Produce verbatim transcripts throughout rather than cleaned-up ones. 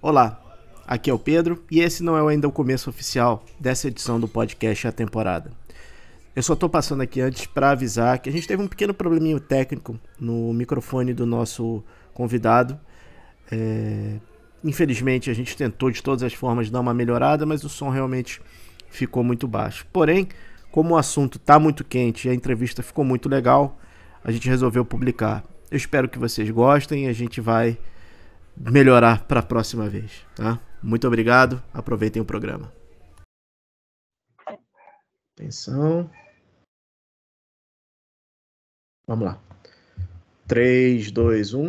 Olá, aqui é o Pedro e esse não é ainda o começo oficial dessa edição do podcast A Temporada. Eu só estou passando aqui antes para avisar que a gente teve um pequeno probleminho técnico no microfone do nosso convidado. É... Infelizmente a gente tentou de todas as formas dar uma melhorada, mas o som realmente ficou muito baixo. Porém, como o assunto está muito quente e a entrevista ficou muito legal, a gente resolveu publicar. Eu espero que vocês gostem e a gente vai melhorar para a próxima vez, tá? Muito obrigado, aproveitem o programa. Atenção. Vamos lá. três, dois, um.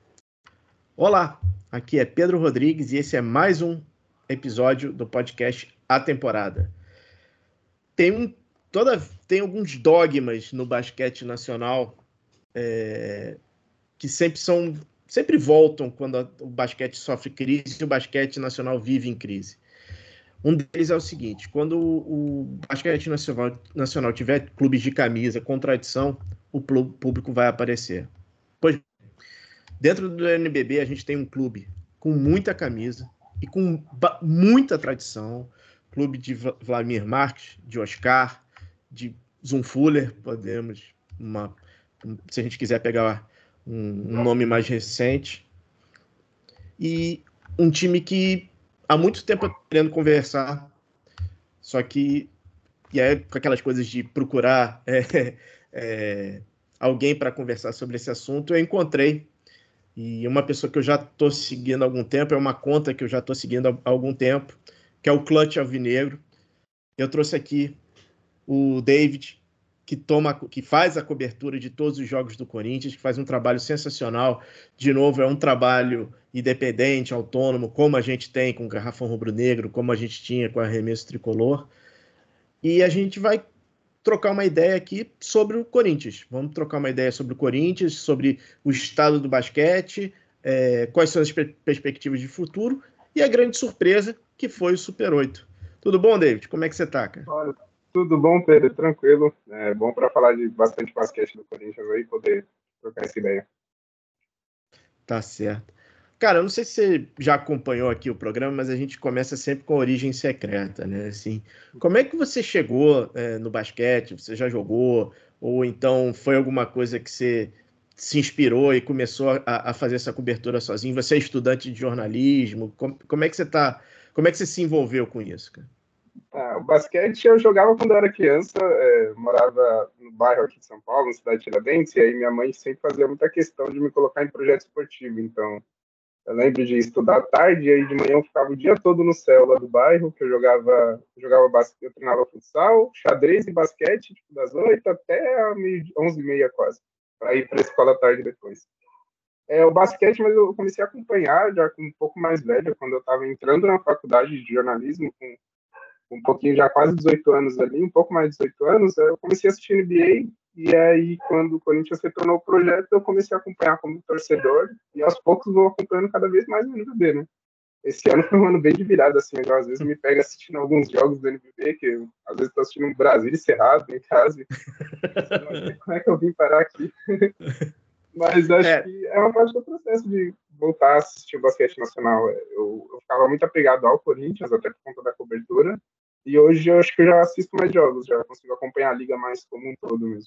Olá, aqui é Pedro Rodrigues e esse é mais um episódio do podcast A Temporada. Tem, um, toda, tem alguns dogmas no basquete nacional é, que sempre são, sempre voltam quando a, o basquete sofre crise e o basquete nacional vive em crise. Um deles é o seguinte: quando o, o basquete nacional, nacional tiver clubes de camisa com tradição, o público vai aparecer. Pois, dentro do N B B, a gente tem um clube com muita camisa e com muita tradição. Clube de Vladimir Marques, de Oscar, de Zunfuller, podemos, uma, se a gente quiser pegar um, um nome mais recente. E um time que há muito tempo eu tô querendo conversar, só que, e aí com aquelas coisas de procurar é, é, alguém para conversar sobre esse assunto, eu encontrei. E uma pessoa que eu já estou seguindo há algum tempo, é uma conta que eu já estou seguindo há algum tempo, que é o Clutch Alvinegro. Eu trouxe aqui o David, que, toma, que faz a cobertura de todos os jogos do Corinthians, que faz um trabalho sensacional. De novo, é um trabalho independente, autônomo, como a gente tem com o Garrafão Rubro-Negro, como a gente tinha com a Arremesso Tricolor. E a gente vai trocar uma ideia aqui sobre o Corinthians. Vamos trocar uma ideia sobre o Corinthians, sobre o estado do basquete, é, quais são as perspectivas de futuro e a grande surpresa que foi o Super oito. Tudo bom, David? Como é que você tá, cara? Olha, tudo bom, Pedro? Tranquilo. É bom para falar de bastante basquete do Corinthians aí, poder trocar essa ideia. Tá certo. Cara, eu não sei se você já acompanhou aqui o programa, mas a gente começa sempre com a origem secreta, né? Assim, como é que você chegou é, no basquete? Você já jogou? Ou então foi alguma coisa que você se inspirou e começou a, a fazer essa cobertura sozinho? Você é estudante de jornalismo? Como, como é que você tá? Como é que você se envolveu com isso, cara? Ah, o basquete eu jogava quando eu era criança, é, morava no bairro aqui de São Paulo, na cidade de Tiradentes, e aí minha mãe sempre fazia muita questão de me colocar em projeto esportivo. Então, eu lembro de estudar à tarde, e aí de manhã eu ficava o dia todo no céu lá do bairro, que eu jogava, eu jogava basquete, eu treinava futsal, xadrez e basquete, tipo, das oito até onze e meia quase, para ir para a escola à tarde depois. É, o basquete, mas eu comecei a acompanhar já com um pouco mais velho, quando eu estava entrando na faculdade de jornalismo, com um pouquinho, já quase dezoito anos ali, um pouco mais de dezoito anos, eu comecei a assistir N B A, e aí quando o Corinthians retornou o projeto, eu comecei a acompanhar como torcedor, e aos poucos vou acompanhando cada vez mais o N B B, né? Esse ano foi um ano bem de virada, assim, eu, às vezes me pega assistindo alguns jogos do N B B, que eu, às vezes estou assistindo um Brasília e Cerrado em casa, e não sei como é que eu vim parar aqui. Mas acho É, que é uma parte do processo de voltar a assistir o basquete nacional. Eu, eu ficava muito apegado ao Corinthians, até por conta da cobertura, e hoje eu acho que eu já assisto mais jogos, já consigo acompanhar a liga mais como um todo mesmo.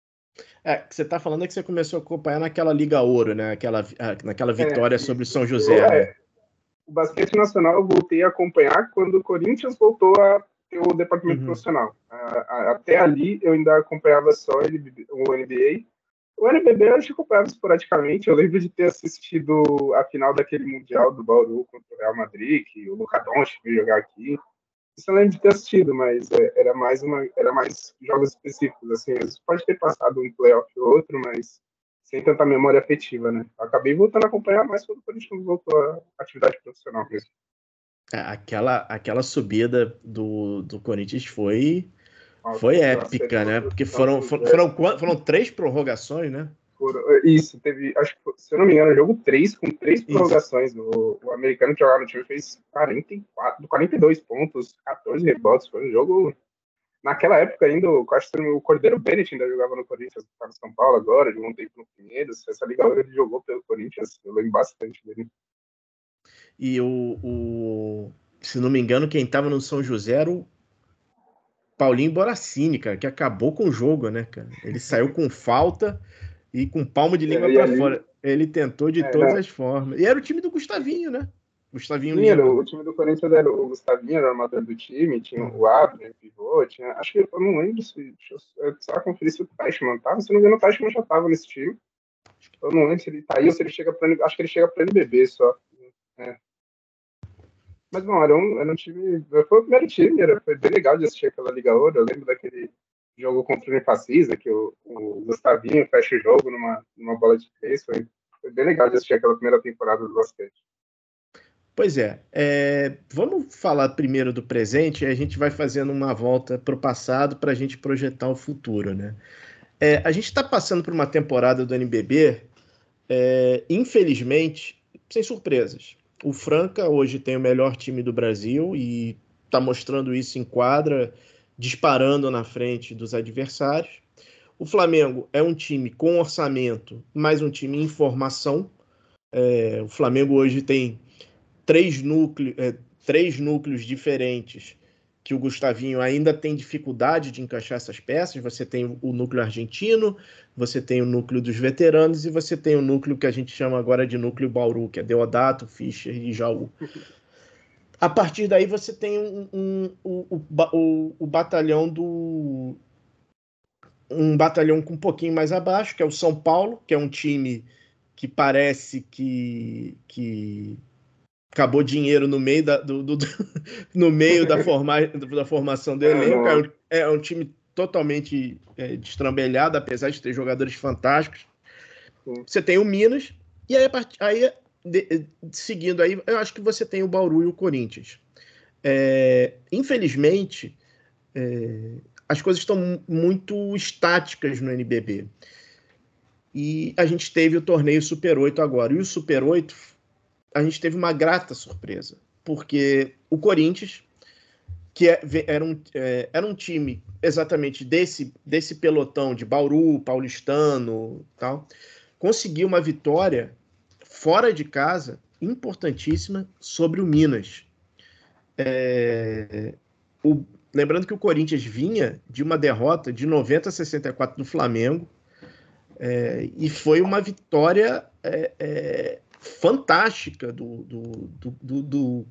é, que você tá falando é que você começou a acompanhar naquela Liga Ouro, né? Aquela, naquela É, vitória sobre o isso. São Eu, José, né? é, o basquete nacional eu voltei a acompanhar quando o Corinthians voltou a ter o departamento Uhum. profissional. A, a, até ali eu ainda acompanhava só o N B A. O N B B eu acho que acompanhava esporadicamente. Eu lembro de ter assistido a final daquele Mundial do Bauru contra o Real Madrid, que o Luka Doncic veio jogar aqui. Isso eu lembro de ter assistido, mas é, era mais uma, era mais jogos específicos, assim. Isso pode ter passado um playoff ou outro, mas sem tanta memória afetiva, né? Eu acabei voltando a acompanhar mais quando o Corinthians voltou à atividade profissional mesmo. É, Aquela, aquela subida do, do Corinthians foi, Nossa, foi a série épica, né? contra o Porque São foram, foram, José. foram, quan- foram três prorrogações, né? Foram, isso, teve, acho que, se eu não me engano, jogo três com três Isso. prorrogações. O, o americano que jogava no time fez quarenta e quatro, quarenta e dois pontos, quatorze rebotes. Foi um jogo. Naquela época ainda, eu acho que o Cordeiro Bennett ainda jogava no Corinthians, estava no São Paulo agora, jogou um tempo no Pinheiros. Essa liga ele jogou pelo Corinthians, eu lembro bastante dele. e o, o se não me engano, quem estava no São José era o Paulinho Boracini, cara, que acabou com o jogo, né, cara? Ele saiu com falta e com palmo de língua É, e para ali, fora. Ele tentou de é, todas não, as formas. E era o time do Gustavinho, né? Gustavinho sim, era, Lima. o time do Corinthians era o Gustavinho, era o armador do time, tinha Uhum. o Abner, o pivô, tinha, acho que, eu não lembro se, deixa eu eu só conferir se o Teichmann tava, se não me engano o Teichmann já tava nesse time, eu não lembro se ele tá aí ou se ele chega pra, acho que ele chega pra N B B só. É. Mas, bom, era um, era um time. Foi o primeiro time, era, foi bem legal de assistir aquela Liga Ouro. Eu lembro daquele jogo contra o Unifacisa, que o, o Gustavinho fecha o jogo numa, numa bola de três. Foi, foi bem legal de assistir aquela primeira temporada do basquete. Pois é, é, vamos falar primeiro do presente e a gente vai fazendo uma volta para o passado para a gente projetar o futuro, né? É, a gente está passando por uma temporada do N B B, é, infelizmente, sem surpresas. O Franca hoje tem o melhor time do Brasil e está mostrando isso em quadra, disparando na frente dos adversários. O Flamengo é um time com orçamento, mas um time em formação. É, o Flamengo hoje tem três núcleos, é, três núcleos diferentes que o Gustavinho ainda tem dificuldade de encaixar essas peças. Você tem o núcleo argentino, você tem o núcleo dos veteranos e você tem o núcleo que a gente chama agora de núcleo Bauru, que é Deodato, Fischer e Jaú. A partir daí você tem um, um, um, o, o, o batalhão do um batalhão com um pouquinho mais abaixo, que é o São Paulo, que é um time que parece que, que acabou dinheiro no meio da, do, do, no meio da, forma, da formação do É, elenco. não, É, é um time totalmente é, destrambelhado, apesar de ter jogadores fantásticos. sim. Você tem o Minas, e aí, aí de, seguindo aí, eu acho que você tem o Bauru e o Corinthians. É, infelizmente, é, as coisas estão muito estáticas no N B B. E a gente teve o torneio Super oito agora. E o Super oito, a gente teve uma grata surpresa. Porque o Corinthians, que é, era, um, é, era um time exatamente desse, desse pelotão de Bauru, paulistano tal, conseguiu uma vitória fora de casa, importantíssima, sobre o Minas. É, o, lembrando que o Corinthians vinha de uma derrota de noventa a sessenta e quatro do Flamengo, é, e foi uma vitória é, é, fantástica do, do, do, do,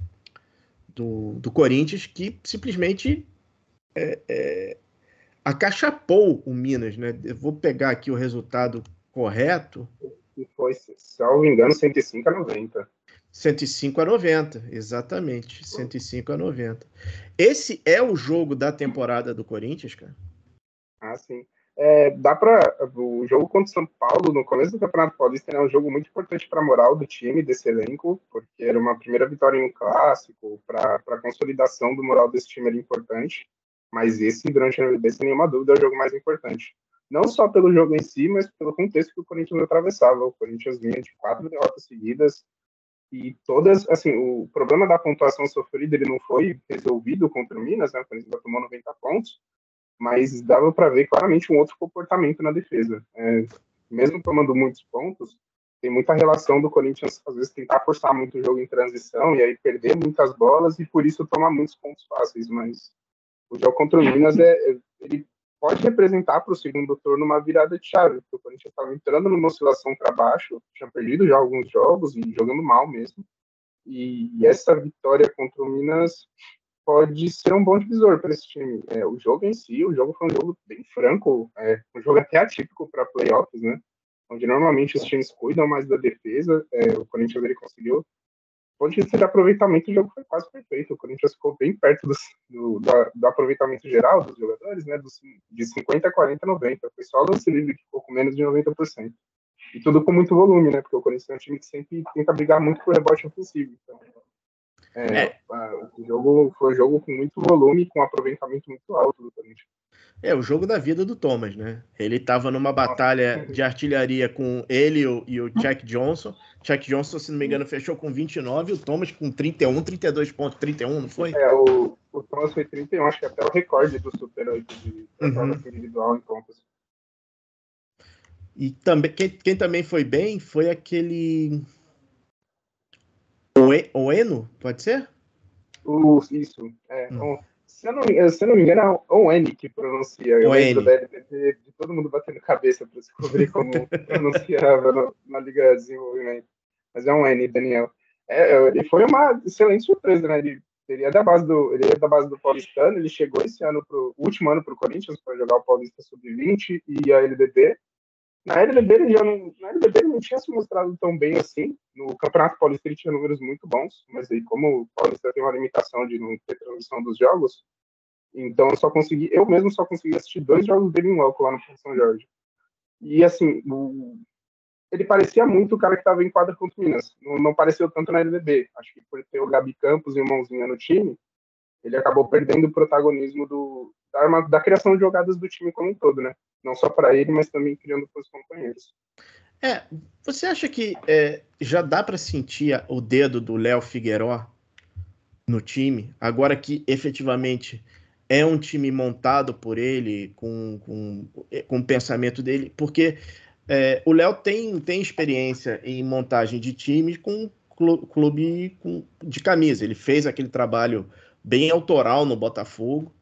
do, do Corinthians, que simplesmente é, é, acachapou o Minas, né? Eu vou pegar aqui o resultado correto. E foi, se eu não me engano, cento e cinco a noventa. cento e cinco a noventa, exatamente. cento e cinco a noventa. Esse é o jogo da temporada do Corinthians, cara? Ah, sim. É, dá para o jogo contra o São Paulo no começo do Campeonato Paulista é um jogo muito importante para a moral do time, desse elenco, porque era uma primeira vitória em um clássico, para a consolidação do moral desse time era importante. Mas esse, durante a N B B, sem nenhuma dúvida, é o jogo mais importante. Não só pelo jogo em si, mas pelo contexto que o Corinthians atravessava. O Corinthians vinha de quatro derrotas seguidas e todas, assim, o problema da pontuação sofrida ele não foi resolvido contra o Minas, né? O Corinthians tomou noventa pontos, mas dava para ver claramente um outro comportamento na defesa. É, mesmo tomando muitos pontos, tem muita relação do Corinthians, às vezes, tentar forçar muito o jogo em transição e aí perder muitas bolas e por isso tomar muitos pontos fáceis. Mas o jogo contra o Minas, é, é ele pode representar para o segundo turno uma virada de chave, porque o Corinthians estava entrando numa oscilação para baixo, tinha perdido já alguns jogos e jogando mal mesmo. E, e essa vitória contra o Minas pode ser um bom divisor para esse time. É, o jogo em si, o jogo foi um jogo bem franco, é, um jogo até atípico para playoffs, né? Onde normalmente os times cuidam mais da defesa. É, o Corinthians ele conseguiu. Ponto de aproveitamento, o jogo foi quase perfeito. O Corinthians ficou bem perto do, do, do, do aproveitamento geral dos jogadores, né? Dos, de cinquenta a quarenta a noventa. Foi só o lance livre que ficou com menos de noventa por cento. E tudo com muito volume, né? Porque o Corinthians é um time que sempre tenta brigar muito por rebote ofensivo. Então, é, É, o jogo foi um jogo com muito volume, com um aproveitamento muito alto do Corinthians. é o jogo da vida do Thomas, né? Ele estava numa Nossa. batalha de artilharia com ele e o, e o Chuck Johnson. Chuck Johnson, se não me engano, fechou com vinte e nove, e o Thomas com trinta e um, trinta e dois pontos, trinta e um, não foi? É, o, o Thomas foi trinta e um, acho que até o recorde do Super oito de performance Uhum. individual em pontos. E também, quem, quem também foi bem foi aquele. O Oeno, pode ser? O, isso, é. Hum. Se eu, não, se eu não me engano, é o N que pronuncia. Eu o lembro N. da L B B de todo mundo batendo cabeça para descobrir como pronunciava no, na Liga de Desenvolvimento. Mas é um N, Daniel. É, ele foi uma excelente surpresa, né? Ele, ele, é da base do, ele é da base do Paulistano, ele chegou esse ano, pro, último ano para o Corinthians, para jogar o Paulista sub vinte e a L B B. Na L B B ele já não, na L B B ele não tinha se mostrado tão bem assim. No Campeonato Paulista ele tinha números muito bons, mas aí como o Paulista tem uma limitação de não ter transmissão dos jogos, então eu só consegui, eu mesmo só consegui assistir dois jogos dele em loco lá no São Jorge. E assim, o, ele parecia muito o cara que estava em quadra contra o Minas. Não, não pareceu tanto na L B B. Acho que por ter o Gabi Campos e o Mãozinha no time, ele acabou perdendo o protagonismo do, da, da criação de jogadas do time como um todo, né? Não só para ele, mas também criando para os companheiros. É, você acha que é, já dá para sentir o dedo do Léo Figueiró no time, agora que efetivamente é um time montado por ele, com, com, com o pensamento dele, porque é, o Léo tem, tem experiência em montagem de times com clube com, de camisa, ele fez aquele trabalho bem autoral no Botafogo,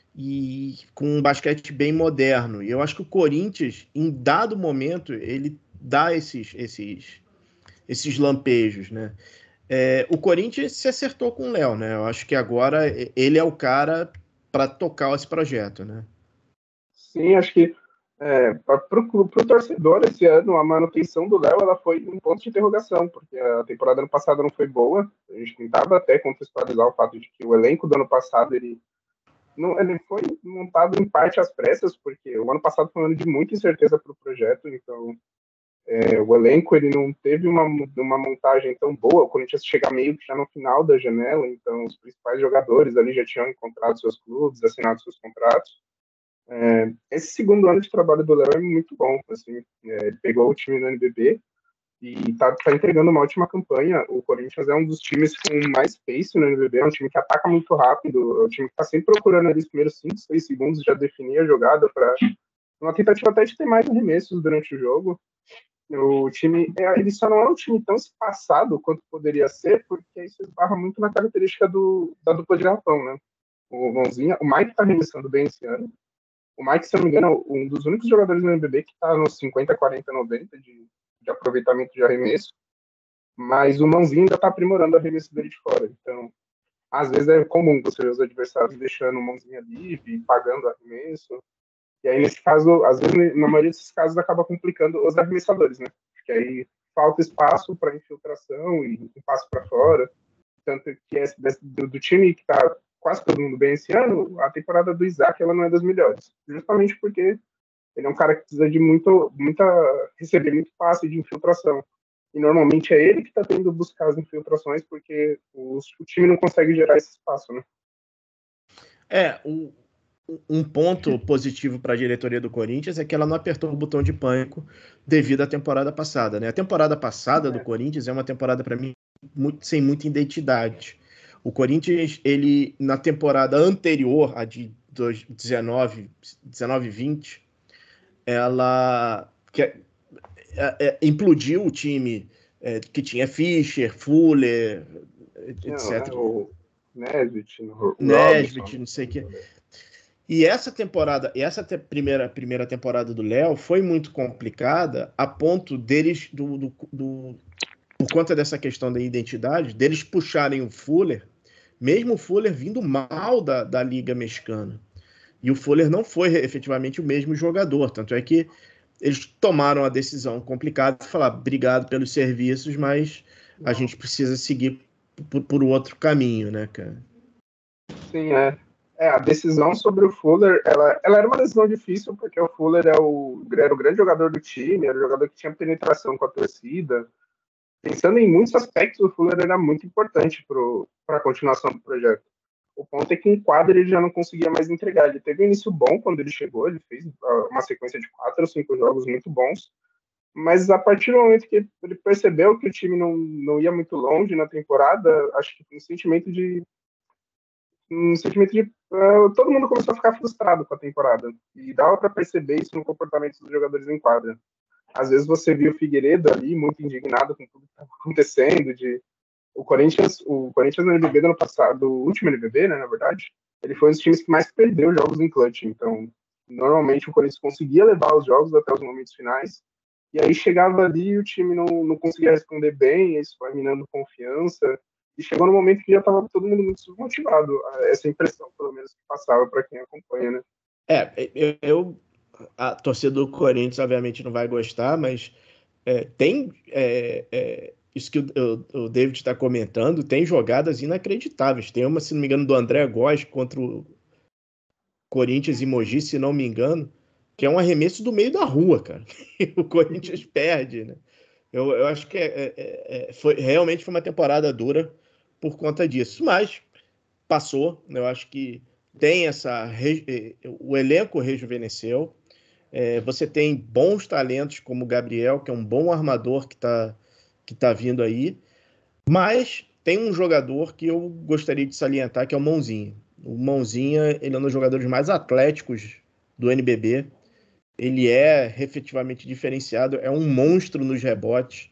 e com um basquete bem moderno. E eu acho que o Corinthians, em dado momento, ele dá esses, esses, esses lampejos, né? É, o Corinthians se acertou com o Léo, né? Eu acho que agora ele é o cara para tocar esse projeto, né? Sim, acho que é, para o torcedor esse ano a manutenção do Léo ela foi um ponto de interrogação, porque a temporada ano passado não foi boa. A gente tentava até contextualizar o fato de que o elenco do ano passado ele não, ele foi montado em parte às pressas, porque o ano passado foi um ano de muita incerteza para o projeto, então é, o elenco ele não teve uma, uma montagem tão boa. O Corinthians chega meio que já no final da janela, então os principais jogadores ali já tinham encontrado seus clubes, assinado seus contratos. É, esse segundo ano de trabalho do Léo é muito bom. Assim, é, ele pegou o time do N B B e está tá entregando uma ótima campanha. O Corinthians é um dos times com mais pace no N B B, é um time que ataca muito rápido, é um time que está sempre procurando ali os primeiros cinco, seis segundos já definir a jogada para uma tentativa até de ter mais arremessos durante o jogo. O time, é, ele só não é um time tão espaçado quanto poderia ser, porque isso esbarra muito na característica do, da dupla de garrafão, né? O Mãozinha, o Mike tá arremessando bem esse ano. O Mike, se eu não me engano, é um dos únicos jogadores do N B B que tá nos cinquenta, quarenta, noventa de, de aproveitamento de arremesso, mas o Mãozinha ainda tá aprimorando o arremesso dele de fora. Então, às vezes é comum você ver os adversários deixando o Mãozinha livre, pagando arremesso. E aí, nesse caso, às vezes, na maioria desses casos, acaba complicando os arremessadores, né? Porque aí falta espaço para infiltração e um passo para fora. Tanto que é do, do time que está quase todo mundo bem esse ano, a temporada do Isaac ela não é das melhores. Justamente porque ele é um cara que precisa de muito, muita, receber muito passe de infiltração. E normalmente é ele que está tendo que buscar as infiltrações, porque o, o time não consegue gerar esse espaço, né? É, um, um ponto positivo para a diretoria do Corinthians é que ela não apertou o botão de pânico devido à temporada passada, né? A temporada passada do Corinthians é uma temporada, para mim, muito, sem muita identidade. O Corinthians, ele, na temporada anterior, a de dezenove, vinte, ela que, é, é, implodiu o time é, que tinha Fischer, Fuller, etcétera. Não, é o Nesbitt, o Nesbitt, não sei o que. E essa temporada, e essa te, primeira, primeira temporada do Léo foi muito complicada a ponto deles, do, do, do, por conta dessa questão da identidade, deles puxarem o Fuller, mesmo o Fuller vindo mal da, da Liga Mexicana. E o Fuller não foi efetivamente o mesmo jogador, tanto é que eles tomaram a decisão complicada de falar obrigado pelos serviços, mas a gente precisa seguir por, por outro caminho, né, cara? Sim, é. É, a decisão sobre o Fuller, ela, ela era uma decisão difícil, porque o Fuller é o, era o grande jogador do time, era o jogador que tinha penetração com a torcida. Pensando em muitos aspectos, o Fuller era muito importante para a continuação do projeto. O ponto é que em quadra ele já não conseguia mais entregar. Ele teve um início bom quando ele chegou, ele fez uma sequência de quatro ou cinco jogos muito bons, mas a partir do momento que ele percebeu que o time não, não ia muito longe na temporada, acho que um sentimento de um sentimento de uh, todo mundo começou a ficar frustrado com a temporada e dava para perceber isso no comportamento dos jogadores em quadra. Às vezes você viu o Figueiredo ali muito indignado com tudo que estava acontecendo, de o Corinthians, o Corinthians no N B B do ano passado, do último N B B, né, na verdade, ele foi um dos times que mais perdeu jogos em clutch. Então, normalmente o Corinthians conseguia levar os jogos até os momentos finais, e aí chegava ali e o time não, não conseguia responder bem, isso vai minando confiança, e chegou no momento que já estava todo mundo muito desmotivado. Essa impressão, pelo menos, que passava para quem acompanha, né? É, eu, eu a torcida do Corinthians obviamente não vai gostar, mas é, tem é, é, isso que o, o, o David está comentando, tem jogadas inacreditáveis. Tem uma, se não me engano, do André Góes contra o Corinthians e Mogi, se não me engano, que é um arremesso do meio da rua, cara. E o Corinthians perde, né? Eu, eu acho que é, é, é, foi, realmente foi uma temporada dura por conta disso, mas passou. Eu acho que tem essa. O elenco rejuvenesceu. É, você tem bons talentos como o Gabriel, que é um bom armador que está que tá vindo aí, mas tem um jogador que eu gostaria de salientar, que é o Mãozinha. O Mãozinha, ele é um dos jogadores mais atléticos do N B B. Ele é efetivamente diferenciado, é um monstro nos rebotes.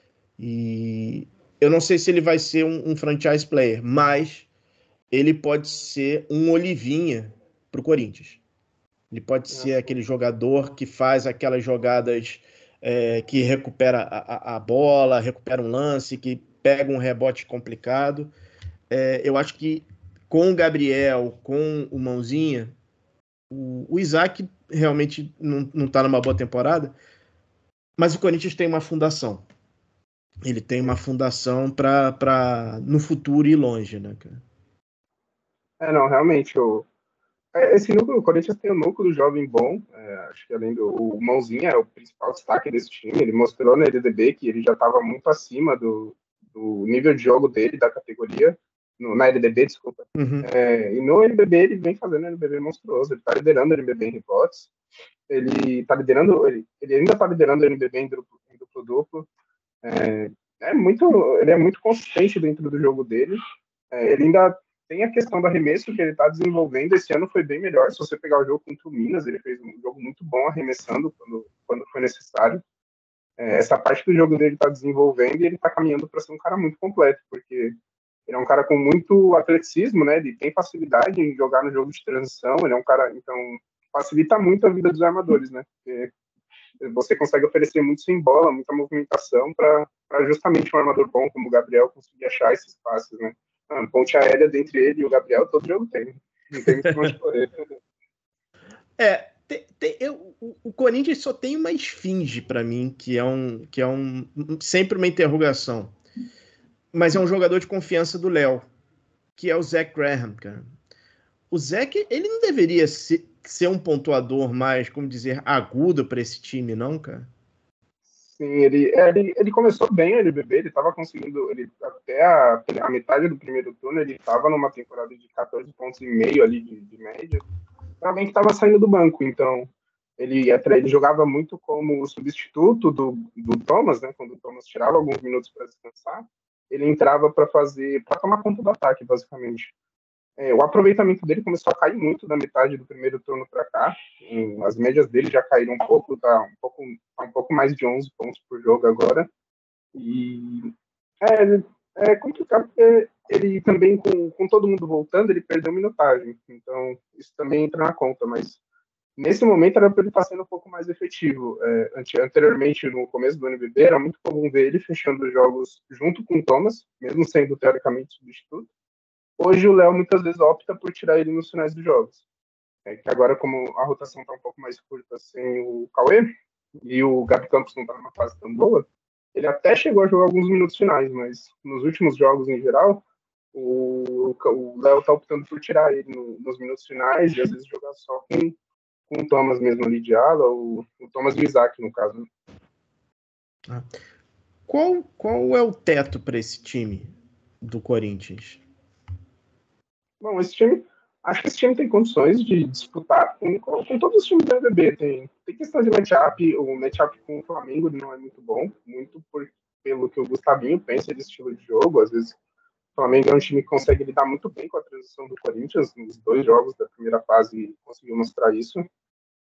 E eu não sei se ele vai ser um, um franchise player, mas ele pode ser um Olivinha para o Corinthians. Ele pode ser Nossa. aquele jogador que faz aquelas jogadas é, que recupera a, a, bola, recupera um lance, que pega um rebote complicado. É, eu acho que com o Gabriel, com o Mãozinha, o, o Isaac realmente não está numa boa temporada, mas o Corinthians tem uma fundação. Ele tem uma fundação para no futuro ir longe, né, cara? É, não, realmente, o, esse núcleo, o Corinthians tem um núcleo jovem bom, é, acho que além do o Mãozinha é o principal destaque desse time, ele mostrou na L D B que ele já estava muito acima do, do nível de jogo dele, da categoria, no, na L D B, desculpa, uhum. é, e no N B B ele vem fazendo N B B monstruoso, ele está liderando o N B B em rebotes, ele está liderando, ele, ele ainda está liderando o N B B em duplo, em duplo, duplo é, é muito, ele é muito consistente dentro do jogo dele, é, ele ainda tem a questão do arremesso que ele está desenvolvendo. Esse ano foi bem melhor. Se você pegar o jogo contra o Minas, ele fez um jogo muito bom arremessando quando, quando foi necessário. É, essa parte do jogo dele está desenvolvendo e ele está caminhando para ser um cara muito completo, porque ele é um cara com muito atleticismo, né? Ele tem facilidade em jogar no jogo de transição. Ele é um cara, então, facilita muito a vida dos armadores, né? Porque você consegue oferecer muito sem bola, muita movimentação para justamente um armador bom como o Gabriel conseguir achar esses passes, né? A ponte aérea entre ele e o Gabriel, todo jogo tem. Não tem muito onde correr. É, tem, tem, eu, o Corinthians só tem uma esfinge para mim, que é, um, que é um, sempre uma interrogação. Mas é um jogador de confiança do Léo, que é o Zach Graham, cara. O Zach, ele não deveria ser, ser um pontuador mais, como dizer, agudo para esse time, não, cara? Sim, ele, ele, ele começou bem o N B B, ele estava conseguindo, ele, até a, a metade do primeiro turno, ele estava numa temporada de quatorze pontos e meio ali de, de média, também que estava saindo do banco, então ele, ele jogava muito como substituto do, do Thomas, né, quando o Thomas tirava alguns minutos para descansar, ele entrava para fazer, para tomar conta do ataque, basicamente. É, o aproveitamento dele começou a cair muito da metade do primeiro turno para cá. As médias dele já caíram um pouco, tá um pouco, tá um pouco mais de onze pontos por jogo agora. E é, é complicado porque ele também, com, com todo mundo voltando, ele perdeu minutagem. Então, isso também entra na conta. Mas nesse momento era para ele estar sendo um pouco mais efetivo. É, anteriormente, no começo do N B B, era muito comum ver ele fechando os jogos junto com o Thomas, mesmo sendo teoricamente substituto. Hoje o Léo muitas vezes opta por tirar ele nos finais dos jogos. É que agora, como a rotação está um pouco mais curta sem o Cauê, e o Gabi Campos não está numa fase tão boa, ele até chegou a jogar alguns minutos finais, mas nos últimos jogos em geral, o, o Léo está optando por tirar ele no, nos minutos finais e às vezes jogar só com, com o Thomas mesmo ali de ala, o, o Thomas e o Isaac, no caso. Ah. Qual, qual é o teto para esse time do Corinthians? Bom, esse time, acho que esse time tem condições de disputar com, com todos os times do N B B. Tem, tem questão de matchup, o matchup com o Flamengo não é muito bom, muito por, pelo que o Gustavinho pensa de estilo de jogo. Às vezes o Flamengo é um time que consegue lidar muito bem com a transição do Corinthians, nos dois jogos da primeira fase conseguiu mostrar isso.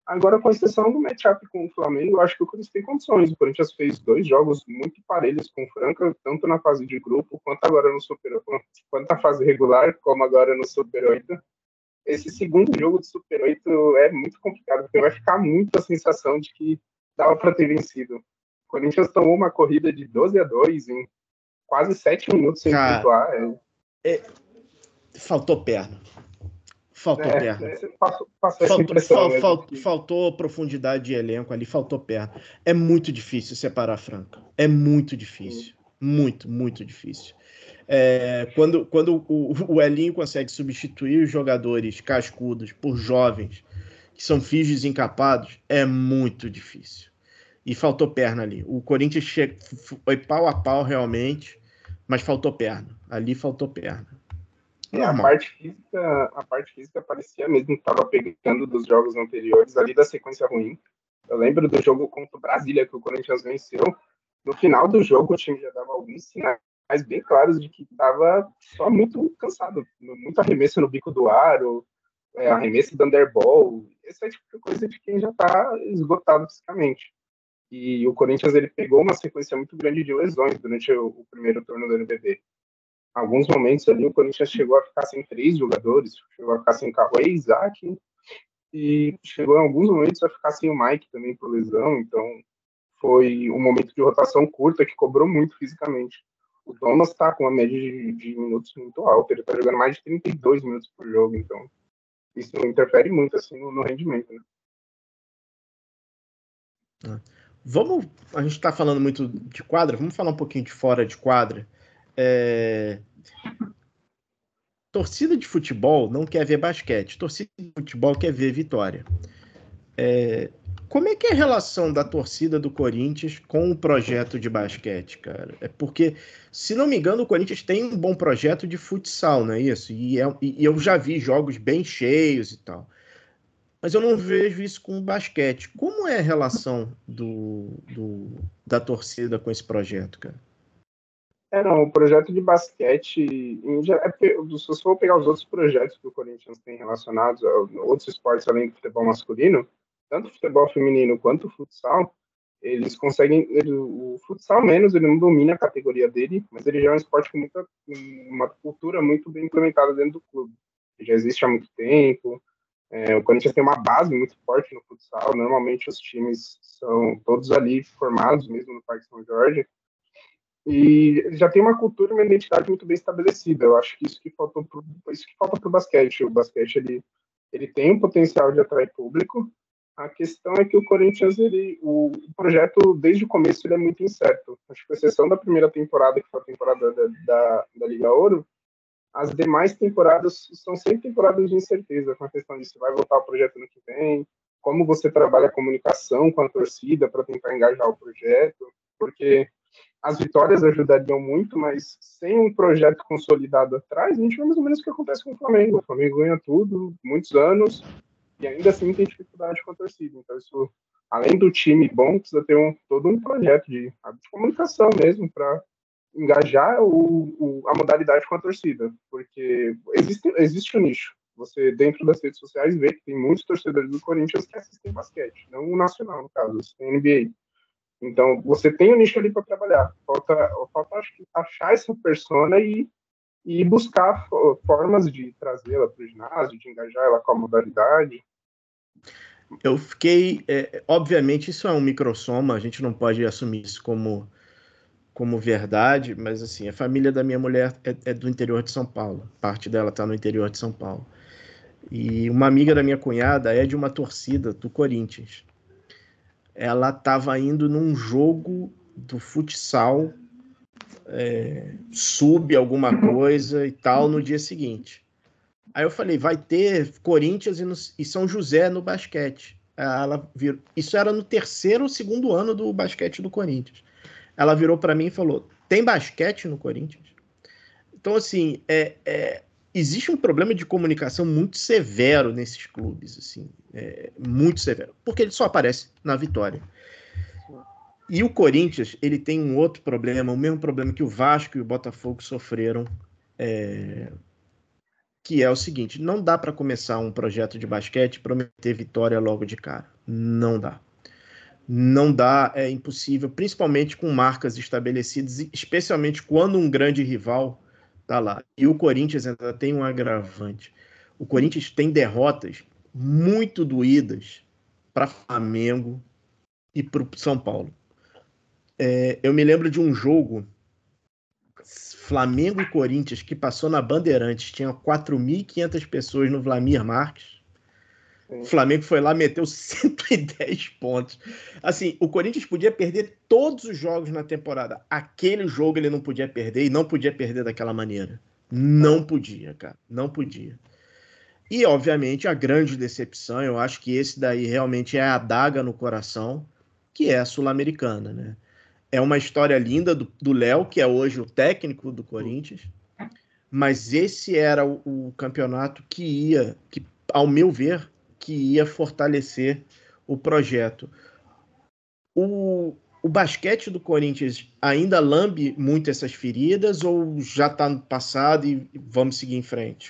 Agora, com exceção do matchup com o Flamengo, eu acho que o Corinthians tem condições. O Corinthians fez dois jogos muito parelhos com o Franca, tanto na fase de grupo, quanto agora no Super quanto na fase regular, como agora no Super oito. Esse segundo jogo do Super oito é muito complicado, porque vai ficar muito a sensação de que dava para ter vencido. O Corinthians tomou uma corrida de doze a dois em quase sete minutos sem Cara, pontuar. É... É... Faltou perna. Faltou é, perna. É, passou, passou faltou, impressão, fal, fal, que... faltou profundidade de elenco ali, faltou perna. É muito difícil separar a Franca. É muito difícil. Sim. Muito, muito difícil. É, quando quando o, o Elinho consegue substituir os jogadores cascudos por jovens que são filhos desencapados, é muito difícil. E faltou perna ali. O Corinthians che... foi pau a pau realmente, mas faltou perna. Ali faltou perna. É, a parte física, a parte física parecia mesmo que estava pegando dos jogos anteriores, ali da sequência ruim. Eu lembro do jogo contra o Brasília, que o Corinthians venceu. No final do jogo, o time já dava alguns sinais bem claros de que estava só muito cansado. Muito arremesso no bico do aro, é, arremesso do underball. Esse é tipo de coisa de quem já está esgotado fisicamente. E o Corinthians ele pegou uma sequência muito grande de lesões durante o, o primeiro turno do N B B. Alguns momentos ali o Corinthians chegou a ficar sem três jogadores, chegou a ficar sem Cauê, Isaac, e chegou em alguns momentos a ficar sem o Mike também por lesão, então foi um momento de rotação curta que cobrou muito fisicamente. O Thomas está com uma média de, de minutos muito alta, ele está jogando mais de trinta e dois minutos por jogo, então isso interfere muito assim no, no rendimento. Né? Vamos, a gente está falando muito de quadra, vamos falar um pouquinho de fora de quadra. É... Torcida de futebol não quer ver basquete, torcida de futebol quer ver vitória. É... Como é que é a relação da torcida do Corinthians com o projeto de basquete, cara? É porque, se não me engano, o Corinthians tem um bom projeto de futsal, não é isso? E, é, e eu já vi jogos bem cheios e tal. Mas eu não vejo isso com o basquete. Como é a relação do, do, da torcida com esse projeto, cara? É, não, o projeto de basquete, é porque, se você for pegar os outros projetos que o Corinthians tem relacionados a outros esportes além do futebol masculino, tanto o futebol feminino quanto o futsal, eles conseguem, ele, o futsal menos, ele não domina a categoria dele, mas ele já é um esporte com muita, uma cultura muito bem implementada dentro do clube. Ele já existe há muito tempo, é, o Corinthians tem uma base muito forte no futsal, normalmente os times são todos ali formados, mesmo no Parque São Jorge, e já tem uma cultura e uma identidade muito bem estabelecida. Eu acho que isso que faltou pro, isso que falta para o basquete. O basquete ele, ele tem um potencial de atrair público. A questão é que o Corinthians, ele, o, o projeto, desde o começo, ele é muito incerto. Acho que, com exceção da primeira temporada, que foi a temporada da, da, da Liga Ouro, as demais temporadas são sempre temporadas de incerteza, com a questão de se vai voltar o projeto no que vem, como você trabalha a comunicação com a torcida para tentar engajar o projeto, porque as vitórias ajudariam muito, mas sem um projeto consolidado atrás, a gente vê mais ou menos o que acontece com o Flamengo. O Flamengo ganha tudo, muitos anos, e ainda assim tem dificuldade com a torcida. Então, isso, além do time bom, precisa ter um, todo um projeto de, de comunicação mesmo para engajar o, o, a modalidade com a torcida, porque existe, existe um nicho. Você, dentro das redes sociais, vê que tem muitos torcedores do Corinthians que assistem basquete, não o nacional, no caso, tem N B A. Então, você tem um nicho ali para trabalhar. Falta, falta acho que, achar essa persona e, e buscar formas de trazê-la para o ginásio, de engajar ela com a modalidade. Eu fiquei... É, obviamente, isso é um microsoma, a gente não pode assumir isso como, como verdade, mas, assim, a família da minha mulher é, é do interior de São Paulo. Parte dela está no interior de São Paulo. E uma amiga da minha cunhada é de uma torcida do Corinthians. Ela estava indo num jogo do futsal, é, sub alguma coisa e tal, no dia seguinte. Aí eu falei, vai ter Corinthians e, no, e São José no basquete. Ela virou, isso era no terceiro ou segundo ano do basquete do Corinthians. Ela virou para mim e falou, tem basquete no Corinthians? Então, assim, é, é, existe um problema de comunicação muito severo nesses clubes, assim, é, muito severo, porque ele só aparece na vitória. E o Corinthians, ele tem um outro problema, o mesmo problema que o Vasco e o Botafogo sofreram é, que é o seguinte: não dá para começar um projeto de basquete e prometer vitória logo de cara. Não dá. Não dá, é impossível, principalmente com marcas estabelecidas, especialmente quando um grande rival está lá. E o Corinthians ainda tem um agravante. O Corinthians tem derrotas muito doídas para Flamengo e para o São Paulo. É, eu me lembro de um jogo Flamengo e Corinthians que passou na Bandeirantes, tinha quatro mil e quinhentas pessoas no Vlamir Marques. O Flamengo foi lá, meteu cento e dez pontos. Assim, o Corinthians podia perder todos os jogos na temporada. Aquele jogo ele não podia perder e não podia perder daquela maneira. Não podia, cara. Não podia. E, obviamente, a grande decepção, eu acho que esse daí realmente é a adaga no coração, que é a Sul-Americana, né? É uma história linda do Léo, que é hoje o técnico do Corinthians, mas esse era o, o campeonato que ia, que, ao meu ver, que ia fortalecer o projeto. O, o basquete do Corinthians ainda lambe muito essas feridas ou já está no passado e vamos seguir em frente?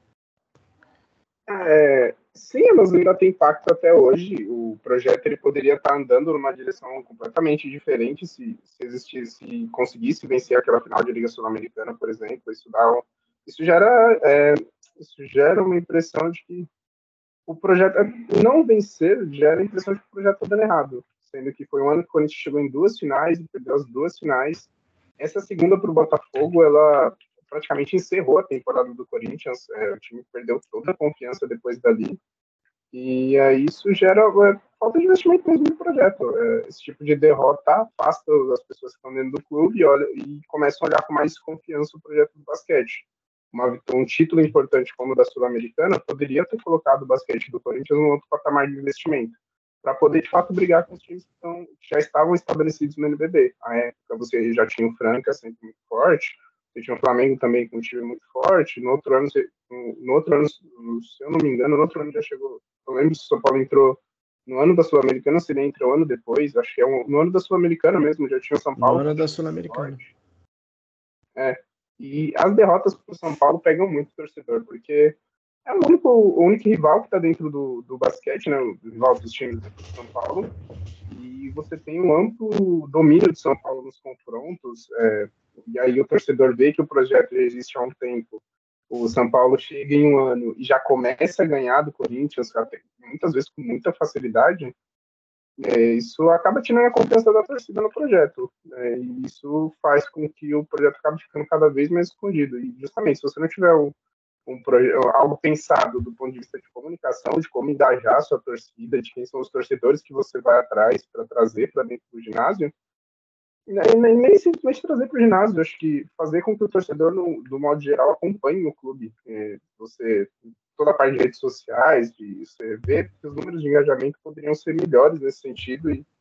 É, sim, mas ainda tem impacto até hoje. O projeto ele poderia estar andando numa direção completamente diferente se, se existisse, se conseguisse vencer aquela final de Liga Sul-Americana, por exemplo. Isso, dá, isso, gera, é, isso gera uma impressão de que o projeto, não vencer, gera a impressão de que o projeto está dando errado. Sendo que foi um ano que o Corinthians chegou em duas finais e perdeu as duas finais. Essa segunda para o Botafogo, ela praticamente encerrou a temporada do Corinthians. É, o time perdeu toda a confiança depois dali. E aí isso gera é, falta de investimento mesmo no projeto. É, esse tipo de derrota afasta as pessoas que estão dentro do clube e, olha, e começam a olhar com mais confiança o projeto do basquete. Uma, um título importante como o da Sul-Americana poderia ter colocado o basquete do Corinthians num outro patamar de investimento, para poder, de fato, brigar com os times que, estão, que já estavam estabelecidos no N B B. Na época, você já tinha o Franca sempre muito forte, você tinha o Flamengo também com um time muito forte, no outro ano, no outro ano, se eu não me engano, no outro ano já chegou, eu lembro se o São Paulo entrou no ano da Sul-Americana, se ele entrou um ano depois, acho que é um, no ano da Sul-Americana mesmo, já tinha o São Paulo. No ano da Sul-Americana. É, e as derrotas para o São Paulo pegam muito o torcedor, porque é o único, o único rival que está dentro do, do basquete, né? O rival dos times do São Paulo. E você tem um amplo domínio de São Paulo nos confrontos. É, e aí o torcedor vê que o projeto existe há um tempo. O São Paulo chega em um ano e já começa a ganhar do Corinthians, muitas vezes com muita facilidade. É, isso acaba tirando a confiança da torcida no projeto. É, e isso faz com que o projeto acabe ficando cada vez mais escondido. E justamente, se você não tiver um, um projeto, algo pensado do ponto de vista de comunicação, de como engajar a sua torcida, de quem são os torcedores que você vai atrás para trazer para dentro do ginásio, nem, nem simplesmente trazer para o ginásio, acho que fazer com que o torcedor, no, do modo geral, acompanhe o clube. É, você, toda a parte de redes sociais, de você ver que os números de engajamento poderiam ser melhores nesse sentido, e,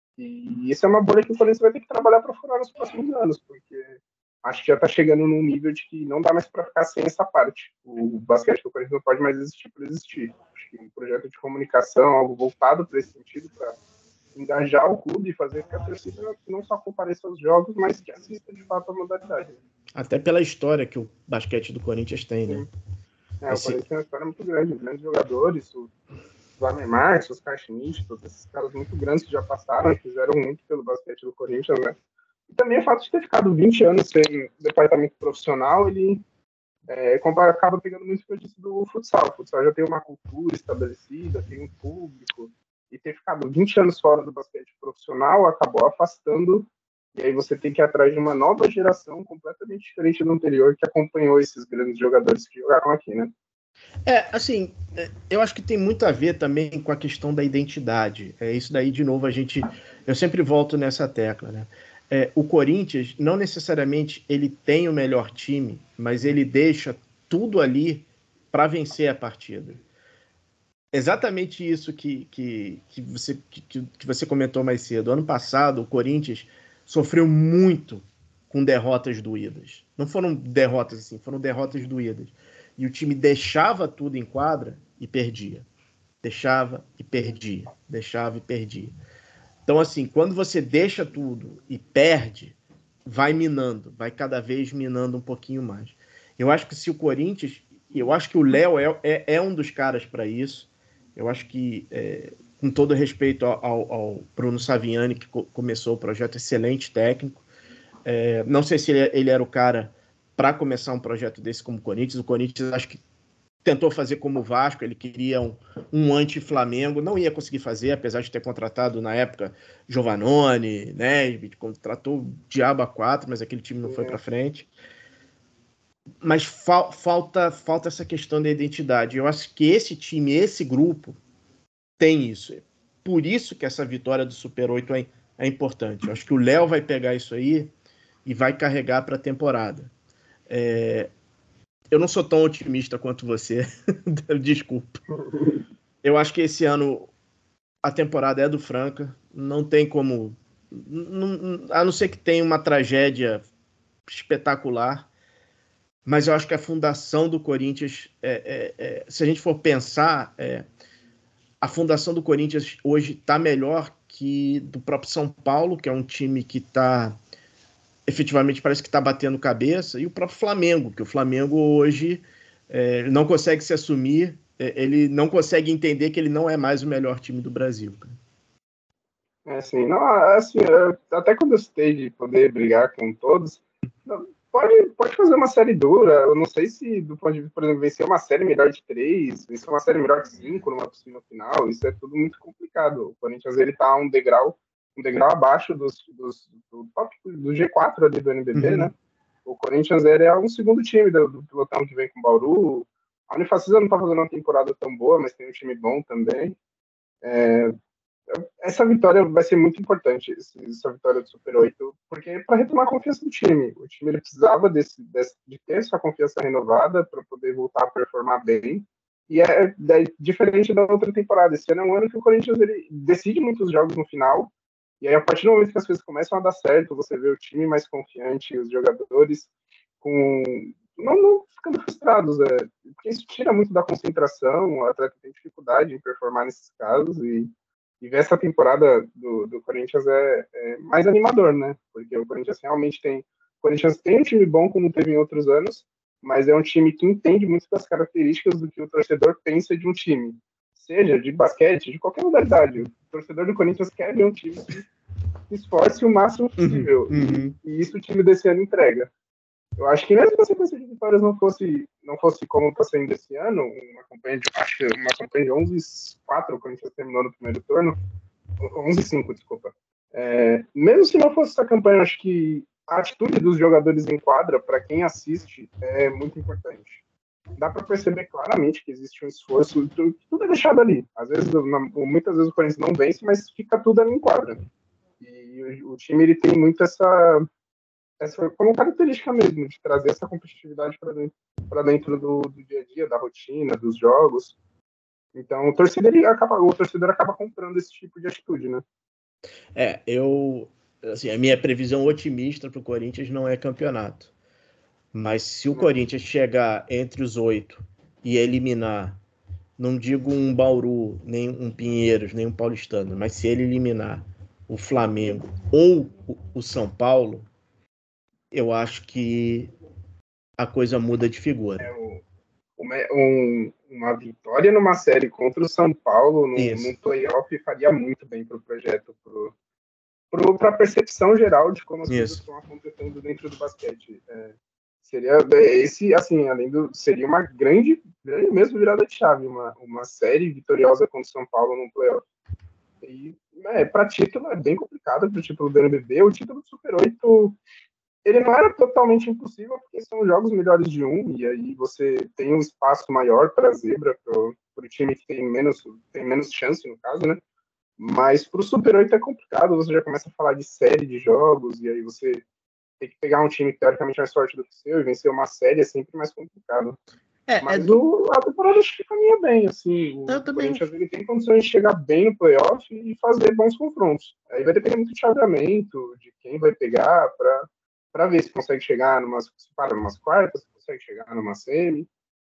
e isso é uma bolha que o Corinthians vai ter que trabalhar para furar nos próximos anos, porque acho que já está chegando num nível de que não dá mais para ficar sem essa parte. O basquete do Corinthians não pode mais existir por existir. Acho que um projeto de comunicação, algo voltado para esse sentido, para engajar o clube e fazer que a torcida não só compareça aos jogos, mas que assista de fato a modalidade. Até pela história que o basquete do Corinthians tem, né? É, Esse... O Corinthians tem uma história muito grande, grandes jogadores, o Vlamir Marques, os Schmidt, todos esses caras muito grandes que já passaram e fizeram muito pelo basquete do Corinthians, né? E também o fato de ter ficado vinte anos sem departamento profissional, ele é, acaba pegando muito coisa do futsal. O futsal já tem uma cultura estabelecida, tem um público, e ter ficado vinte anos fora do basquete profissional acabou afastando, e aí você tem que ir atrás de uma nova geração completamente diferente do anterior que acompanhou esses grandes jogadores que jogaram aqui, né? É, assim, eu acho que tem muito a ver também com a questão da identidade. É isso daí, de novo, a gente... Eu sempre volto nessa tecla, né? É, o Corinthians, não necessariamente ele tem o melhor time, mas ele deixa tudo ali para vencer a partida. Exatamente isso que, que, que, você, que, que você comentou mais cedo. Ano passado, o Corinthians sofreu muito com derrotas doídas. Não foram derrotas assim, foram derrotas doídas. E o time deixava tudo em quadra e perdia. Deixava e perdia. Deixava e perdia. Então, assim, quando você deixa tudo e perde, vai minando, vai cada vez minando um pouquinho mais. Eu acho que se o Corinthians E eu acho que o Léo é, é, é um dos caras para isso. Eu acho que, é, com todo respeito ao, ao Bruno Saviani, que co- começou o projeto, excelente técnico. É, não sei se ele, ele era o cara para começar um projeto desse como o Corinthians. O Corinthians acho que tentou fazer como o Vasco, ele queria um, um anti-Flamengo, não ia conseguir fazer, apesar de ter contratado na época Giovannone, Nesbitt, contratou o Diabo a quatro, mas aquele time não foi para frente. Mas fa falta, falta essa questão da identidade. Eu acho que esse time, esse grupo, tem isso. Por isso que essa vitória do Super oito é, é importante. Eu acho que o Léo vai pegar isso aí e vai carregar para a temporada. É, eu não sou tão otimista quanto você. Desculpa. Eu acho que esse ano a temporada é do Franca. Não tem como... Não, a não ser que tenha uma tragédia espetacular. Mas eu acho que a fundação do Corinthians, é, é, é, se a gente for pensar, é, a fundação do Corinthians hoje está melhor que do próprio São Paulo, que é um time que está, efetivamente, parece que está batendo cabeça, e o próprio Flamengo, que o Flamengo hoje é, não consegue se assumir, é, ele não consegue entender que ele não é mais o melhor time do Brasil. É assim, não, assim, até quando eu citei de poder brigar com todos, pode, pode fazer uma série dura. Eu não sei se, do ponto de vista, por exemplo, vencer uma série melhor de três, vencer uma série melhor de cinco numa possível final, isso é tudo muito complicado. O Corinthians, ele tá um degrau, um degrau abaixo dos, dos, do top do G quatro ali do N B B, uhum. Né? O Corinthians, ele é um segundo time do, do pilotão que vem com o Bauru. A Unifacisa não tá fazendo uma temporada tão boa, mas tem um time bom também. É, essa vitória vai ser muito importante, essa vitória do Super oito, porque é para retomar a confiança do time. O time ele precisava desse, desse, de ter essa confiança renovada para poder voltar a performar bem. E é, é diferente da outra temporada. Esse ano é um ano que o Corinthians ele decide muitos jogos no final. E aí, a partir do momento que as coisas começam a dar certo, você vê o time mais confiante, os jogadores com não, não ficando frustrados. É, porque isso tira muito da concentração, o atleta tem dificuldade em performar nesses casos. E E ver essa temporada do, do Corinthians é, é mais animador, né? Porque o Corinthians realmente tem... O Corinthians tem um time bom, como teve em outros anos, mas é um time que entende muito das características do que o torcedor pensa de um time. Seja de basquete, de qualquer modalidade. O torcedor do Corinthians quer ver um time que se esforce o máximo possível. Uhum, uhum. E, e isso o time desse ano entrega. Eu acho que mesmo que a sequência de vitórias não fosse, não fosse como está sendo esse ano, uma campanha de, acho que uma campanha de onze a quatro, o Corinthians terminou no primeiro turno, onze a cinco, desculpa. É, mesmo se não fosse essa campanha, acho que a atitude dos jogadores em quadra, para quem assiste, é muito importante. Dá para perceber claramente que existe um esforço, tudo, tudo é deixado ali. Às vezes, muitas vezes o Corinthians não vence, mas fica tudo ali em quadra. E o, o time ele tem muito essa essa como característica mesmo, de trazer essa competitividade para dentro, pra dentro do, do dia a dia, da rotina, dos jogos. Então, o torcedor, ele acaba, o torcedor acaba comprando esse tipo de atitude, né? É, eu... Assim, a minha previsão otimista para o Corinthians não é campeonato. Mas se o não. Corinthians chegar entre os oito e eliminar, não digo um Bauru, nem um Pinheiros, nem um Paulistano, mas se ele eliminar o Flamengo ou o São Paulo, eu acho que a coisa muda de figura. É, uma, um, uma vitória numa série contra o São Paulo num playoff faria muito bem para o projeto, para a percepção geral de como as Isso. coisas estão acontecendo dentro do basquete. É, seria esse, assim, além do, seria uma grande, grande mesmo virada de chave, uma, uma série vitoriosa contra o São Paulo num playoff. E é, para título é bem complicado, para o título do N B B, o título do Super oito ele não era totalmente impossível, porque são jogos melhores de um, e aí você tem um espaço maior para a zebra, para o time que tem menos, tem menos chance, no caso, né? Mas para o Super oito é complicado, você já começa a falar de série de jogos, e aí você tem que pegar um time teoricamente mais forte do que o seu, e vencer uma série é sempre mais complicado. É, Mas é... o, a temporada acho que caminha bem, assim. O Eu Corinthians ele tem condições de chegar bem no playoff e fazer bons confrontos. Aí vai depender muito do chaveamento, de quem vai pegar, para para ver se consegue chegar numas, se para numas quartas, se consegue chegar numa semi.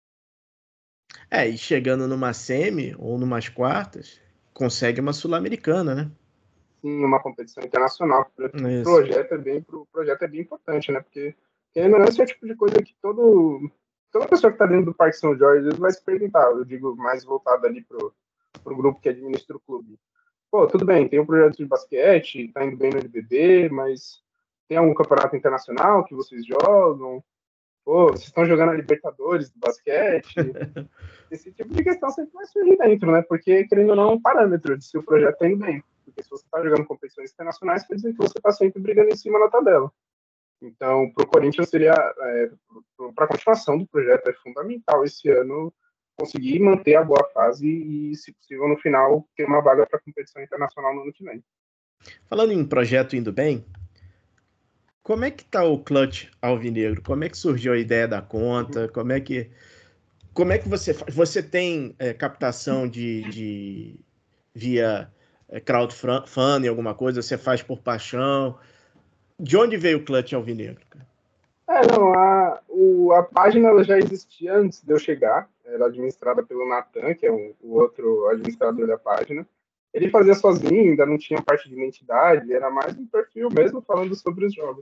É, e chegando numa semi ou numas quartas, consegue uma sul-americana, né? Sim, uma competição internacional. O projeto é bem, pro projeto é bem importante, né? Porque querendo ou não, esse é o tipo de coisa que todo toda pessoa que está dentro do Parque São Jorge vai se perguntar, eu digo mais voltado ali pro, pro grupo que administra o clube. Pô, tudo bem, tem um projeto de basquete, tá indo bem no N B B, mas tem algum campeonato internacional que vocês jogam? Pô, vocês estão jogando a Libertadores do basquete? Esse tipo de questão sempre vai surgir dentro, né? Porque, querendo ou não, é um parâmetro de se o projeto está indo bem. Porque se você está jogando competições internacionais, quer dizer que você está sempre brigando em cima na tabela. Então, para o Corinthians, seria, é, para a continuação do projeto, é fundamental esse ano conseguir manter a boa fase e, se possível, no final, ter uma vaga para a competição internacional no ano que vem. Falando em projeto indo bem, como é que tá o Clutch Alvinegro? Como é que surgiu a ideia da conta? Uhum. Como é que como é que você faz? Você tem é, captação de, de via é, crowdfunding, alguma coisa? Você faz por paixão? De onde veio o Clutch Alvinegro? É, não, a, o, a página ela já existia antes de eu chegar. Era administrada pelo Natan, que é um, o outro administrador da página. Ele fazia sozinho, ainda não tinha parte de identidade, era mais um perfil mesmo falando sobre os jogos.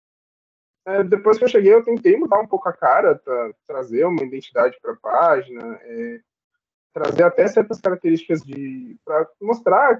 É, depois que eu cheguei, eu tentei mudar um pouco a cara, pra trazer uma identidade para a página, é, trazer até certas características de para mostrar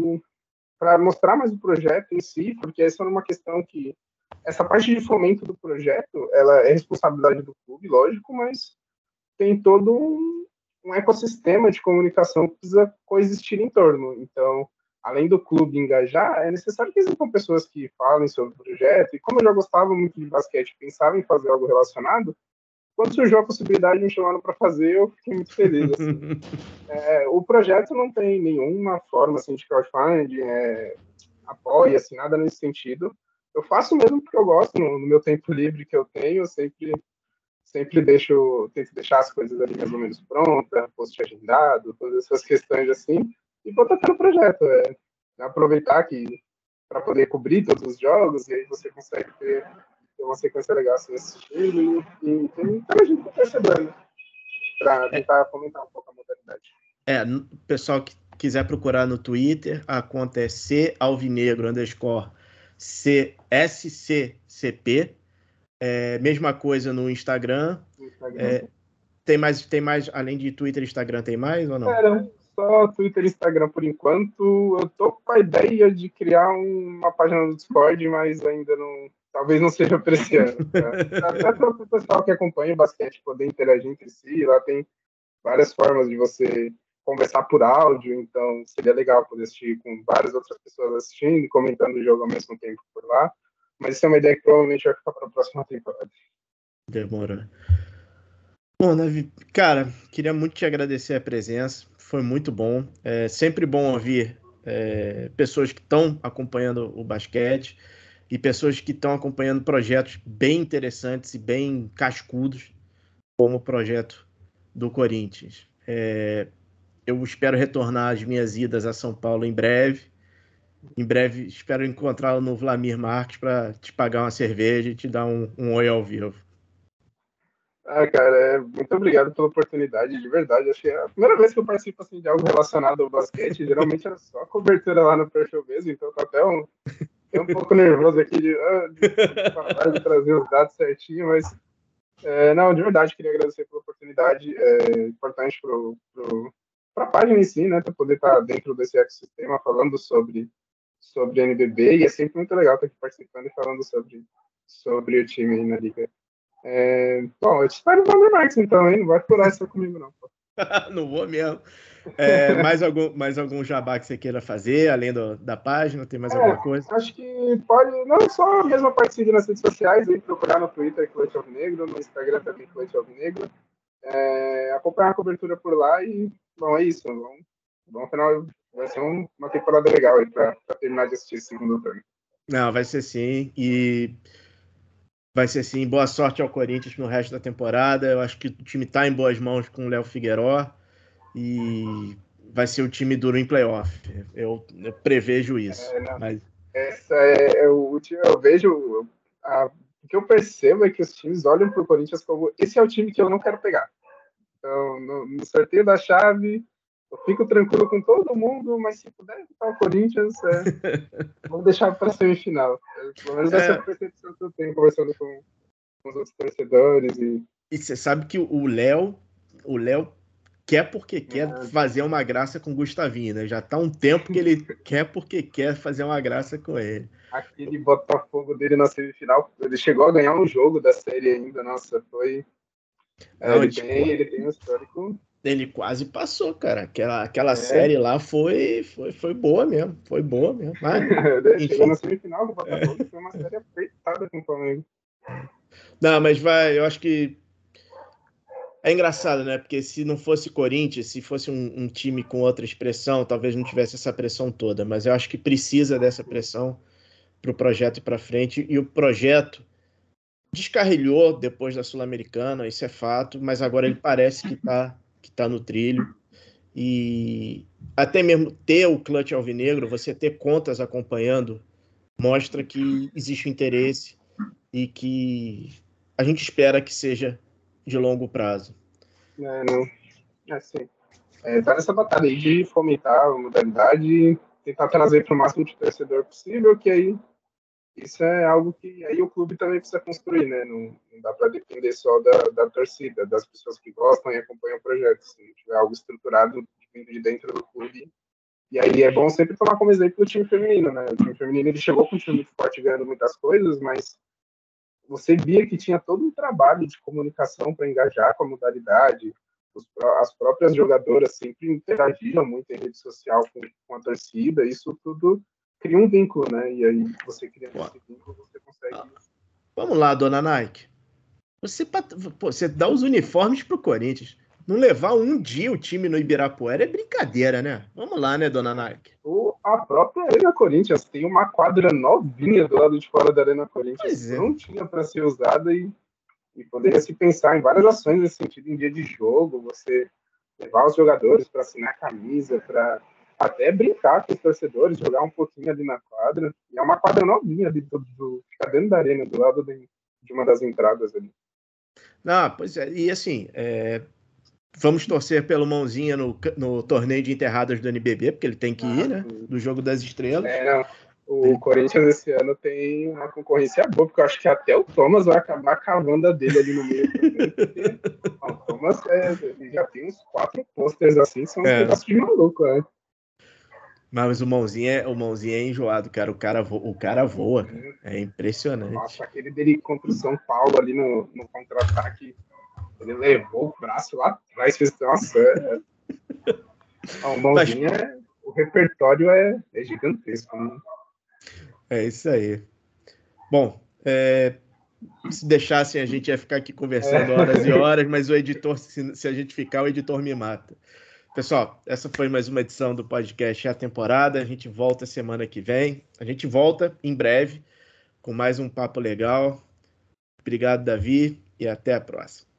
para mostrar mais o projeto em si, porque essa é uma questão que essa parte de fomento do projeto, ela é responsabilidade do clube, lógico, mas tem todo um, um ecossistema de comunicação que precisa coexistir em torno. Então, além do clube engajar, é necessário que existam pessoas que falem sobre o projeto. E como eu já gostava muito de basquete, pensava em fazer algo relacionado, quando surgiu a possibilidade de me chamaram para fazer, eu fiquei muito feliz. Assim. É, o projeto não tem nenhuma forma assim, de crowdfunding, é, apoia, assim, nada nesse sentido. Eu faço mesmo porque eu gosto, no, no meu tempo livre que eu tenho, eu sempre, sempre deixo, tento deixar as coisas ali mais ou menos prontas, post agendado, todas essas questões assim, e vou tocar no projeto. É, aproveitar que para poder cobrir todos os jogos, e aí você consegue ter, ter uma sequência legal assim, nesse estilo, e, e tem muita gente que percebendo, para tentar fomentar um pouco a modalidade. É, o pessoal que quiser procurar no Twitter, a conta é C Alvinegro underscore C S C C P. É, mesma coisa no Instagram. Instagram. É, tem mais, tem mais, além de Twitter e Instagram, tem mais ou não? Era só Twitter e Instagram por enquanto. Eu tô com a ideia de criar uma página no Discord, mas ainda não. Talvez não seja para esse ano. Tá? Até para o pessoal que acompanha o basquete poder interagir entre si. Lá tem várias formas de você conversar por áudio, então seria legal poder assistir com várias outras pessoas assistindo e comentando o jogo ao mesmo tempo por lá. Mas isso é uma ideia que provavelmente vai ficar para a próxima temporada. Demora. Bom, Davi, cara, queria muito te agradecer a presença, foi muito bom. É sempre bom ouvir é, pessoas que estão acompanhando o basquete e pessoas que estão acompanhando projetos bem interessantes e bem cascudos, como o projeto do Corinthians. É, eu espero retornar às minhas idas a São Paulo em breve. Em breve espero encontrá-lo no Vlamir Marques para te pagar uma cerveja e te dar um, um oi ao vivo. Ah, cara, é, muito obrigado pela oportunidade, de verdade. Acho que é a primeira vez que eu participo assim, de algo relacionado ao basquete. Geralmente era só cobertura lá no perfil mesmo, então tô até um, até um pouco nervoso aqui de, de falar, de trazer os dados certinho, mas é, não, de verdade, queria agradecer pela oportunidade. É importante para a página em si, né, para poder estar dentro desse ecossistema falando sobre, sobre N B B, e é sempre muito legal estar aqui participando e falando sobre, sobre o time aí na Liga. É, bom, eu te espero no Vlamir Marques, então, hein? Não vai furar isso comigo, não. Pô. Não vou mesmo. É, mais, algum, mais algum jabá que você queira fazer, além do, da página? Tem mais é, alguma coisa? Acho que pode, não só mesmo a parte de seguir nas redes sociais, aí, procurar no Twitter Clutch Alvinegro, no Instagram também Clutch Alvinegro. É, acompanhar a cobertura por lá e, bom, é isso. Vamos, vamos final, vai ser um, uma temporada legal aí para terminar de assistir esse segundo turno. Não, vai ser sim. E vai ser sim. Boa sorte ao Corinthians no resto da temporada. Eu acho que o time está em boas mãos com o Léo Figueiró e vai ser o time duro em playoff. Eu, eu prevejo isso. É, mas... Essa é, é o time, eu vejo. A, o que eu percebo é que os times olham para o Corinthians como esse é o time que eu não quero pegar. Então, no, no sorteio da chave, eu fico tranquilo com todo mundo, mas se puder evitar o Corinthians, é, vamos deixar para a semifinal. É, pelo menos essa é a percepção que eu tenho conversando com, com os outros torcedores e E você sabe que o Léo, o Léo quer porque quer é. fazer uma graça com o Gustavinho, né? Já tá um tempo que ele quer porque quer fazer uma graça com ele. Aquele Botafogo dele na semifinal, ele chegou a ganhar um jogo da série ainda, nossa, foi... É, Não, ele, tipo, tem, ele tem um histórico... Ele quase passou, cara. Aquela, aquela é. série lá foi, foi, foi boa mesmo, foi boa mesmo. Mas, chegou na semifinal do Botafogo, é. foi uma série apertada com o Flamengo. Não, mas vai, eu acho que é engraçado, né? Porque se não fosse Corinthians, se fosse um, um time com outra expressão, talvez não tivesse essa pressão toda. Mas eu acho que precisa dessa pressão para o projeto ir para frente. E o projeto descarrilhou depois da Sul-Americana, isso é fato, mas agora ele parece que está que tá no trilho. E até mesmo ter o clutch alvinegro, você ter contas acompanhando, mostra que existe um interesse e que a gente espera que seja de longo prazo. É, não. Assim, é, tá nessa batalha aí de fomentar a modalidade e tentar trazer para o máximo de torcedor possível, que aí isso é algo que aí o clube também precisa construir, né? Não, não dá para depender só da, da torcida, das pessoas que gostam e acompanham o projeto. Se não tiver algo estruturado vindo de dentro do clube. E aí é bom sempre tomar como exemplo o time feminino, né? O time feminino ele chegou com um time muito forte, ganhando muitas coisas, mas você via que tinha todo um trabalho de comunicação para engajar com a modalidade. Os, as próprias jogadoras sempre interagiam muito em rede social com, com a torcida. Isso tudo cria um vínculo, né? E aí você cria esse vínculo, você consegue... Ah, vamos lá, dona Nike. Você, pô, você dá os uniformes pro Corinthians. Não levar um dia o time no Ibirapuera é brincadeira, né? Vamos lá, né, dona Nike? O, a própria Arena Corinthians tem uma quadra novinha do lado de fora da Arena Corinthians, é. prontinha para ser usada e, e poderia se pensar em várias ações nesse sentido, em dia de jogo, você levar os jogadores para assinar a camisa, para até brincar com os torcedores, jogar um pouquinho ali na quadra. E é uma quadra novinha ali, do, do, fica dentro da arena, do lado de, de uma das entradas ali. Não, pois é, e assim, é, vamos torcer pelo Mãozinha no, no torneio de enterradas do N B B, porque ele tem que ah, ir, né? Sim. Do Jogo das Estrelas. É, não. O é. Corinthians esse ano tem uma concorrência boa, porque eu acho que até o Thomas vai acabar cavando a dele ali no meio. Porque, ó, o Thomas é, ele já tem uns quatro posters assim, são um é. pedaço de maluco, né? Mas o Mãozinha, é, o Mãozinha é enjoado, cara. O cara, vo, o cara voa, cara. É impressionante. Nossa, aquele dele contra o São Paulo ali no, no contra-ataque. Ele levou o braço lá atrás, fez nossa. É... O Mãozinha, Mas... é... o repertório é, é gigantesco. Né? É isso aí. Bom, é... se deixassem, a gente ia ficar aqui conversando é. horas e horas, mas o editor, se, se a gente ficar, o editor me mata. Pessoal, essa foi mais uma edição do podcast A Temporada. A gente volta semana que vem. A gente volta em breve com mais um papo legal. Obrigado, Davi, e até a próxima.